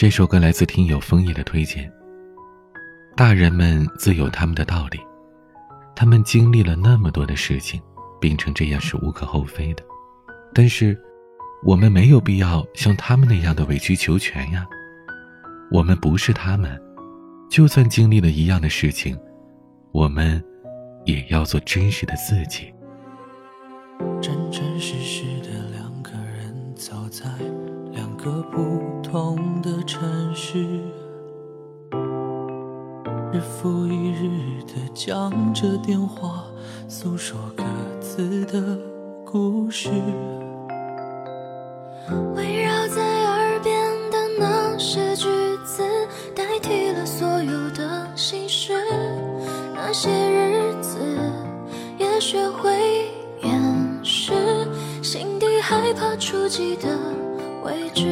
这首歌来自听友枫叶的推荐。大人们自有他们的道理，他们经历了那么多的事情，病成这样是无可厚非的。但是我们没有必要像他们那样的委曲求全呀。我们不是他们，就算经历了一样的事情，我们也要做真实的自己。 真真实实的两个人走在两个不同的城市，日复一日地讲着电话，诉说各自的故事。 围绕在耳边的那些句子，代替了所有的心事。那些日子也学会掩饰心底害怕触及的位置。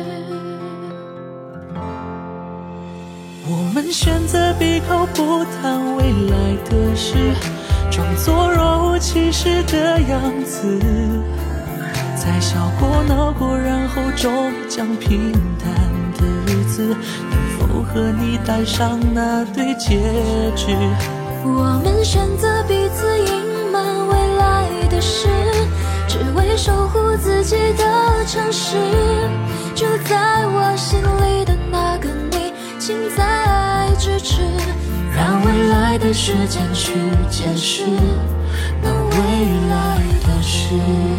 我们选择闭口不谈未来的事，装作若无其事的样子，在笑过闹过然后终将平淡的日子，能否和你戴上那对戒指。 我们选择彼此隐瞒未来的事，只为守护自己的城市。住在我心里的那个你，请再支持，让未来的时间去解释那未来的事。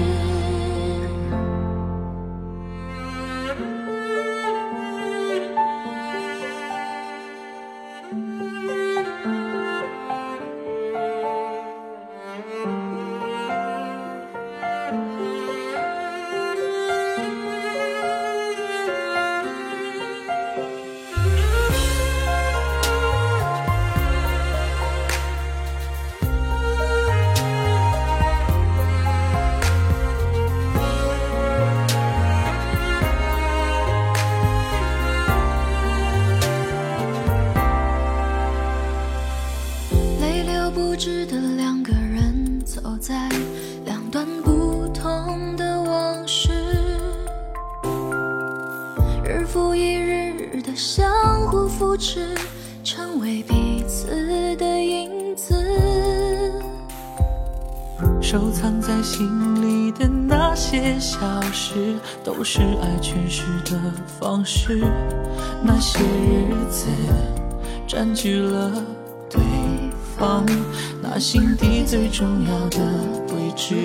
不知的两个人走在两段不同的往事，日复一日的相互扶持，成为彼此的影子。 收藏在心里的那些小事，都是爱诠释的方式。那些日子占据了对方那心底最重要的位置。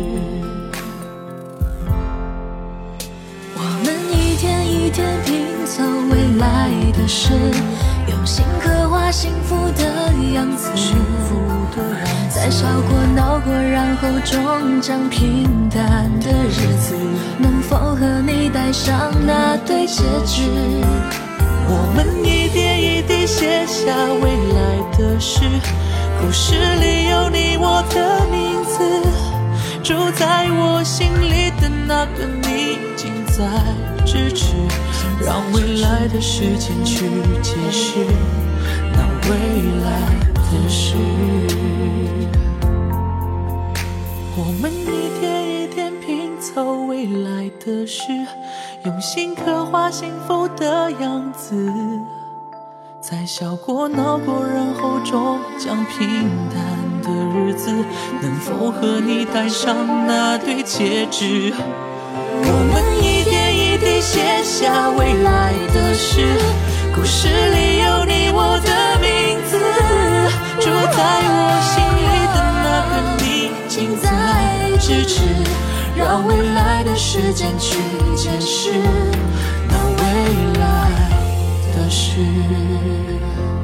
我们一天一天拼凑未来的事，用心刻画幸福的样子，在笑过闹过然后终将平淡的日子，能否和你戴上那对戒指。 我们一点一滴写下未来的事，故事里有你我的名字，住在我心里的那个你，近在咫尺，让未来的时间去解释那未来的事。我们一点一点拼凑未来的事，用心刻画幸福的样子，在笑过闹过然后终将平淡的日子，能否和你戴上那对戒指。我们一点一滴写下未来的事，故事里有你我的名字，住在我心里的那个你，近在咫尺，让未来的时间去解释那未来的事。